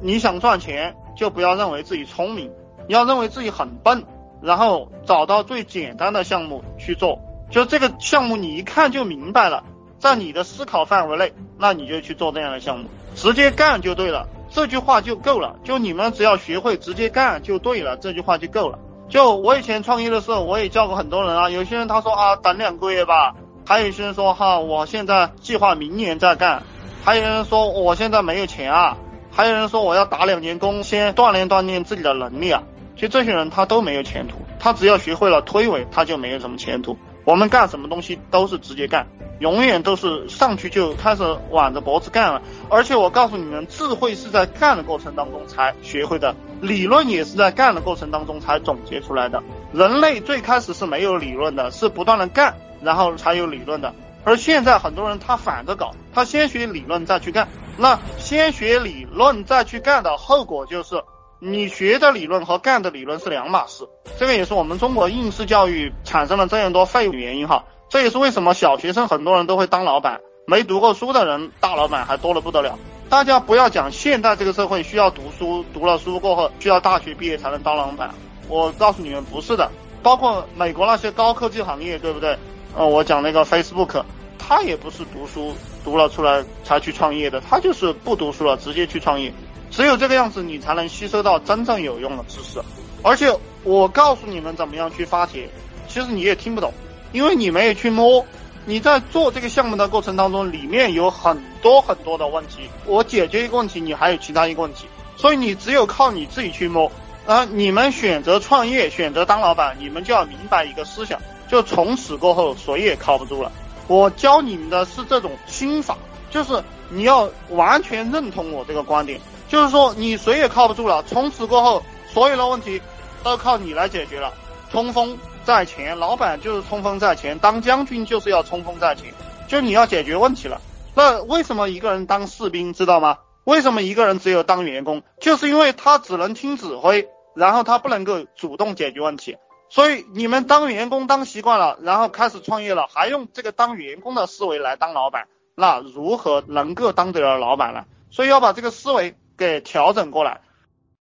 你想赚钱，就不要认为自己聪明，你要认为自己很笨，然后找到最简单的项目去做。就这个项目你一看就明白了，在你的思考范围内，那你就去做这样的项目，直接干就对了，这句话就够了。就你们只要学会直接干就对了，这句话就够了。就我以前创业的时候，我也教过很多人啊，有些人他说啊等2个月吧，还有一些人说哈我现在计划明年再干，还有人说我现在没有钱啊，还有人说我要打2年工先锻炼自己的能力啊。其实这些人他都没有前途，他只要学会了推诿，他就没有什么前途。我们干什么东西都是直接干，永远都是上去就开始挽着脖子干了。而且我告诉你们，智慧是在干的过程当中才学会的，理论也是在干的过程当中才总结出来的。人类最开始是没有理论的，是不断的干，然后才有理论的。而现在很多人他反着搞，他先学理论再去干，那先学理论再去干的后果就是你学的理论和干的理论是两码事。这个也是我们中国应试教育产生了这样多废物的原因哈。这也是为什么小学生很多人都会当老板，没读过书的人大老板还多得不得了。大家不要讲现在这个社会需要读书，读了书过后需要大学毕业才能当老板，我告诉你们不是的。包括美国那些高科技行业，对不对？我讲那个 Facebook， 他也不是读书读了出来才去创业的，他就是不读书了直接去创业。只有这个样子你才能吸收到真正有用的知识。而且我告诉你们怎么样去发帖，其实你也听不懂，因为你没有去摸。你在做这个项目的过程当中，里面有很多很多的问题，我解决一个问题，你还有其他一个问题，所以你只有靠你自己去摸。你们选择创业，选择当老板，你们就要明白一个思想，就从此过后谁也靠不住了。我教你们的是这种心法，就是你要完全认同我这个观点，就是说你谁也靠不住了，从此过后所有的问题都靠你来解决了。冲锋在前，老板就是冲锋在前，当将军就是要冲锋在前，就你要解决问题了。那为什么一个人当士兵知道吗？为什么一个人只有当员工？就是因为他只能听指挥，然后他不能够主动解决问题。所以你们当员工当习惯了，然后开始创业了，还用这个当员工的思维来当老板，那如何能够当得了老板呢？所以要把这个思维给调整过来。